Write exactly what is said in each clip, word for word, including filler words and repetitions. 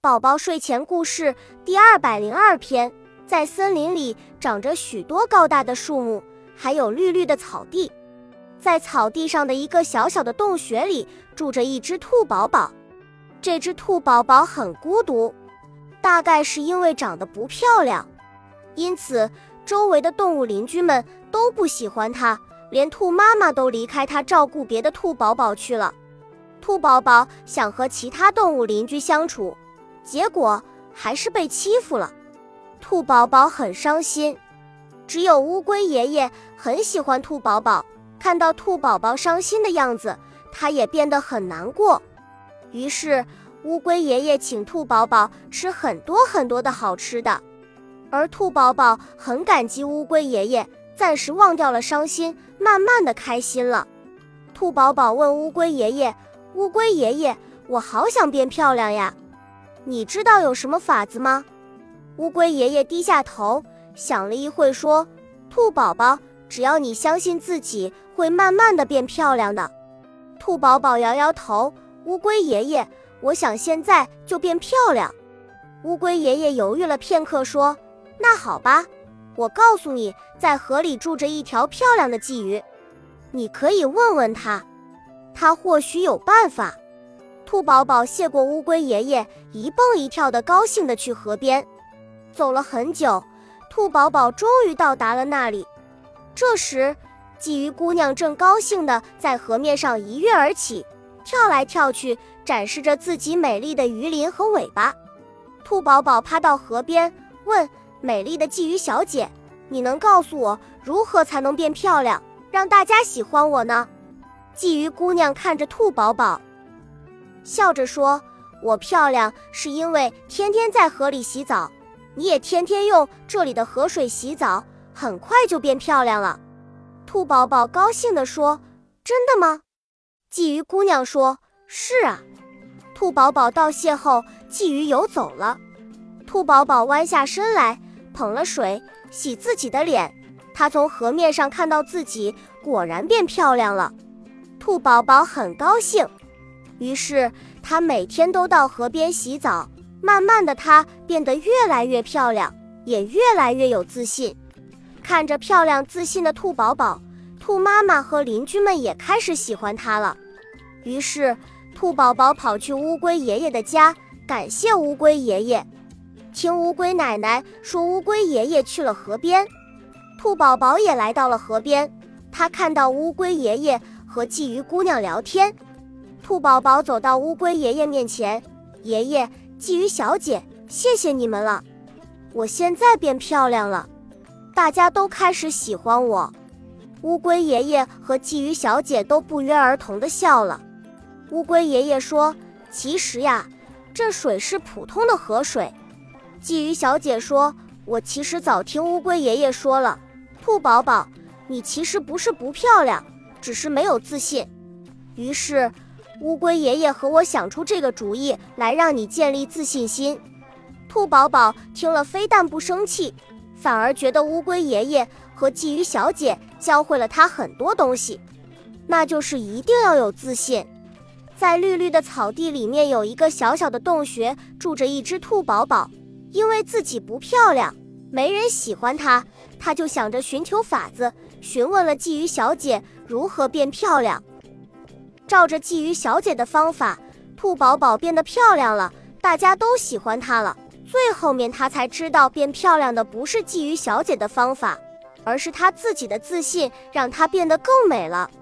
宝宝睡前故事第二百零二篇。在森林里长着许多高大的树木，还有绿绿的草地。在草地上的一个小小的洞穴里，住着一只兔宝宝。这只兔宝宝很孤独，大概是因为长得不漂亮，因此周围的动物邻居们都不喜欢它，连兔妈妈都离开它照顾别的兔宝宝去了。兔宝宝想和其他动物邻居相处，结果还是被欺负了。兔宝宝很伤心，只有乌龟爷爷很喜欢兔宝宝，看到兔宝宝伤心的样子，他也变得很难过。于是乌龟爷爷请兔宝宝吃很多很多的好吃的，而兔宝宝很感激乌龟爷爷，暂时忘掉了伤心，慢慢的开心了。兔宝宝问乌龟爷爷，乌龟爷爷，我好想变漂亮呀，你知道有什么法子吗？乌龟爷爷低下头，想了一会说，兔宝宝，只要你相信自己，会慢慢的变漂亮的。兔宝宝摇摇头，乌龟爷爷，我想现在就变漂亮。乌龟爷爷犹豫了片刻说，那好吧，我告诉你，在河里住着一条漂亮的鲫鱼，你可以问问他，他或许有办法。兔宝宝谢过乌龟爷爷，一蹦一跳的高兴地去河边。走了很久，兔宝宝终于到达了那里。这时鲫鱼姑娘正高兴地在河面上一跃而起，跳来跳去，展示着自己美丽的鱼鳞和尾巴。兔宝宝趴到河边问，美丽的鲫鱼小姐，你能告诉我如何才能变漂亮，让大家喜欢我呢？鲫鱼姑娘看着兔宝宝笑着说，我漂亮是因为天天在河里洗澡，你也天天用这里的河水洗澡，很快就变漂亮了。兔宝宝高兴地说，真的吗？鲫鱼姑娘说，是啊。兔宝宝道谢后，鲫鱼游走了。兔宝宝弯下身来，捧了水洗自己的脸，他从河面上看到自己果然变漂亮了。兔宝宝很高兴，于是他每天都到河边洗澡，慢慢的他变得越来越漂亮，也越来越有自信。看着漂亮自信的兔宝宝，兔妈妈和邻居们也开始喜欢他了。于是兔宝宝跑去乌龟爷爷的家，感谢乌龟爷爷。听乌龟奶奶说乌龟爷爷去了河边，兔宝宝也来到了河边。他看到乌龟爷爷和鲫鱼姑娘聊天。兔宝宝走到乌龟爷爷面前，爷爷，鲫鱼小姐，谢谢你们了，我现在变漂亮了，大家都开始喜欢我。乌龟爷爷和鲫鱼小姐都不约而同地笑了。乌龟爷爷说，其实呀，这水是普通的河水。鲫鱼小姐说，我其实早听乌龟爷爷说了，兔宝宝，你其实不是不漂亮，只是没有自信。于是乌龟爷爷和我想出这个主意来让你建立自信心。兔宝宝听了非但不生气，反而觉得乌龟爷爷和鲫鱼小姐教会了他很多东西，那就是一定要有自信。在绿绿的草地里面有一个小小的洞穴，住着一只兔宝宝。因为自己不漂亮，没人喜欢它，他就想着寻求法子，询问了鲫鱼小姐如何变漂亮。照着鲫鱼小姐的方法，兔宝宝变得漂亮了，大家都喜欢它了。最后面他才知道，变漂亮的不是鲫鱼小姐的方法，而是他自己的自信让她变得更美了。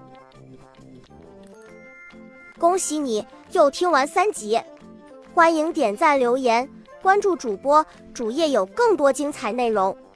恭喜你又听完三集，欢迎点赞留言，关注主播，主页有更多精彩内容。